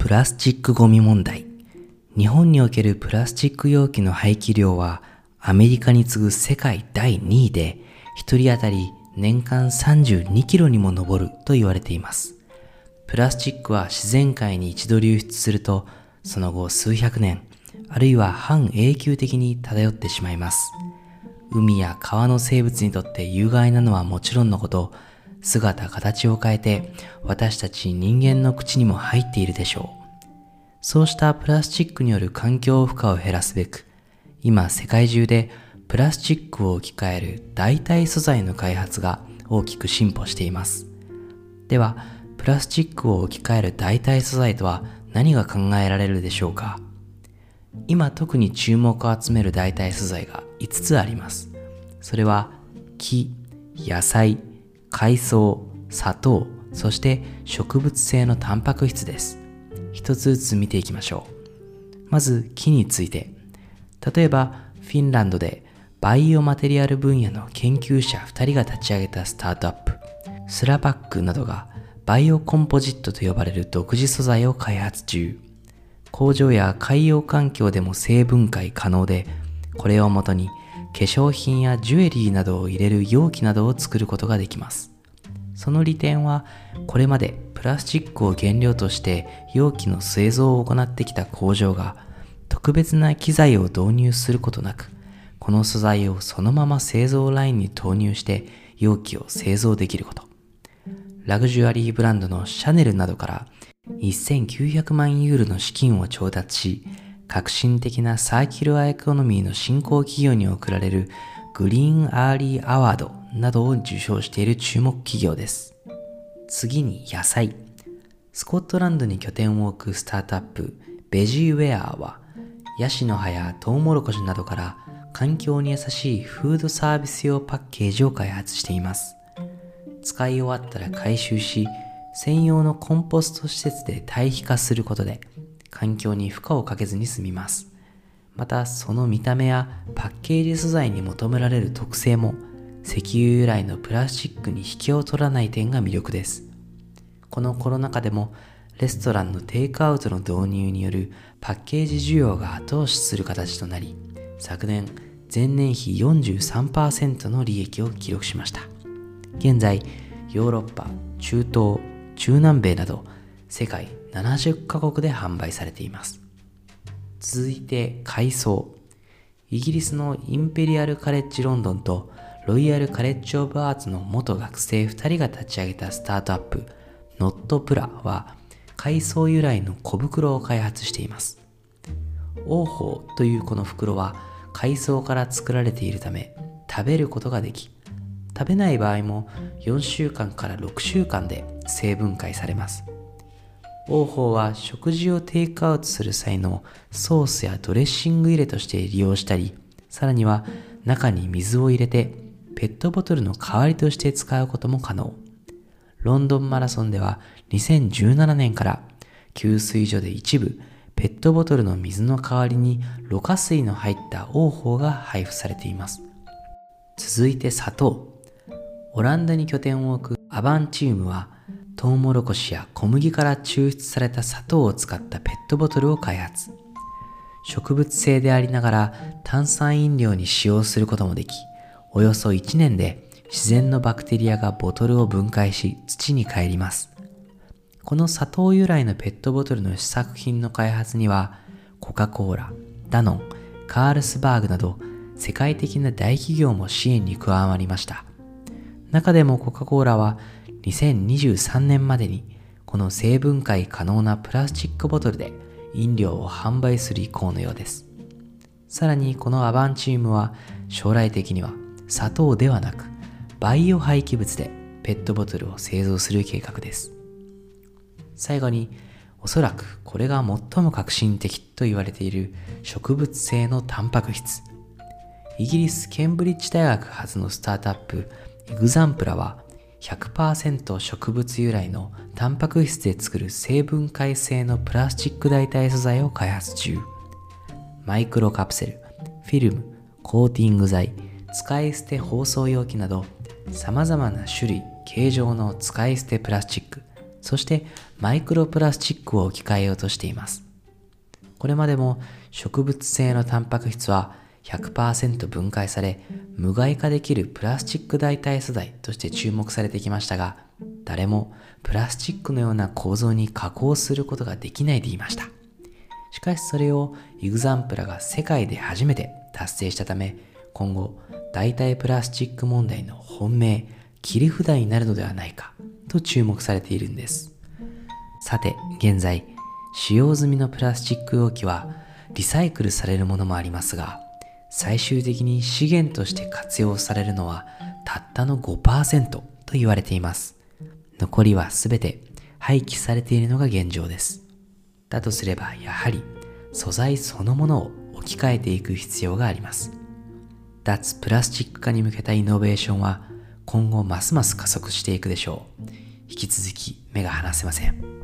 ラスチックゴミ問題。日本におけるプラスチック容器の廃棄量はアメリカに次ぐ世界第2位で、1人当たり年間32キロにも上ると言われています。プラスチックは自然界に一度流出すると、その後数百年、あるいは半永久的に漂ってしまいます。海や川の生物にとって有害なのはもちろんのこと、姿形を変えて私たち人間の口にも入っているでしょう。そうしたプラスチックによる環境負荷を減らすべく、今世界中でプラスチックを置き換える代替素材の開発が大きく進歩しています。では、プラスチックを置き換える代替素材とは何が考えられるでしょうか。今特に注目を集める代替素材が5つあります。それは木、野菜、海藻、砂糖、そして植物性のタンパク質です。一つずつ見ていきましょう。まず木について。例えばフィンランドでバイオマテリアル分野の研究者2人が立ち上げたスタートアップ、スラバックなどがバイオコンポジットと呼ばれる独自素材を開発中。工場や海洋環境でも生分解可能で、これをもとに化粧品やジュエリーなどを入れる容器などを作ることができます。その利点は、これまでプラスチックを原料として容器の製造を行ってきた工場が特別な機材を導入することなく、この素材をそのまま製造ラインに投入して容器を製造できること。ラグジュアリーブランドのシャネルなどから1900万ユーロの資金を調達し、革新的なサーキュラーエコノミーの新興企業に贈られるグリーンアーリーアワードなどを受賞している注目企業です。次に野菜。スコットランドに拠点を置くスタートアップベジーウェアは、ヤシの葉やトウモロコシなどから環境に優しいフードサービス用パッケージを開発しています。使い終わったら回収し、専用のコンポスト施設で堆肥化することで環境に負荷をかけずに済みます。またその見た目やパッケージ素材に求められる特性も石油由来のプラスチックに引けを取らない点が魅力です。このコロナ禍でもレストランのテイクアウトの導入によるパッケージ需要が後押しする形となり、昨年前年比 43% の利益を記録しました。現在ヨーロッパ、中東、中南米など世界70カ国で販売されています。続いて海藻。イギリスのインペリアルカレッジロンドンとロイヤルカレッジオブアーツの元学生2人が立ち上げたスタートアップノットプラは、海藻由来の小袋を開発しています。王宝というこの袋は海藻から作られているため食べることができ、食べない場合も4週間から6週間で生分解されます。王宝は食事をテイクアウトする際のソースやドレッシング入れとして利用したり、さらには中に水を入れてペットボトルの代わりとして使うことも可能。ロンドンマラソンでは2017年から給水所で一部ペットボトルの水の代わりにろ過水の入った王宝が配布されています。続いて砂糖。オランダに拠点を置くアバンチウムは、トウモロコシや小麦から抽出された砂糖を使ったペットボトルを開発。植物性でありながら炭酸飲料に使用することもでき、およそ1年で自然のバクテリアがボトルを分解し土に帰ります。この砂糖由来のペットボトルの試作品の開発には、コカ・コーラ、ダノン、カールスバーグなど世界的な大企業も支援に加わりました。中でもコカ・コーラは2023年までにこの生分解可能なプラスチックボトルで飲料を販売する意向のようです。さらにこのアバンチウムは将来的には砂糖ではなくバイオ廃棄物でペットボトルを製造する計画です。最後に、おそらくこれが最も革新的と言われている植物性のタンパク質。イギリスケンブリッジ大学発のスタートアップエグザンプラは 100% 植物由来のタンパク質で作る生分解性のプラスチック代替素材を開発中。マイクロカプセル、フィルム、コーティング剤、使い捨て包装容器など様々な種類、形状の使い捨てプラスチック、 そしてマイクロプラスチックを置き換えようとしています。これまでも植物性のタンパク質は 100% 分解され無害化できるプラスチック代替素材として注目されてきましたが、誰もプラスチックのような構造に加工することができないでいました。しかしそれをイグザンプラが世界で初めて達成したため、今後代替プラスチック問題の本命、切り札になるのではないかと注目されているんです。さて現在使用済みのプラスチック容器はリサイクルされるものもありますが、最終的に資源として活用されるのはたったの 5% と言われています。残りはすべて廃棄されているのが現状です。だとすればやはり素材そのものを置き換えていく必要があります。脱プラスチック化に向けたイノベーションは今後ますます加速していくでしょう。引き続き目が離せません。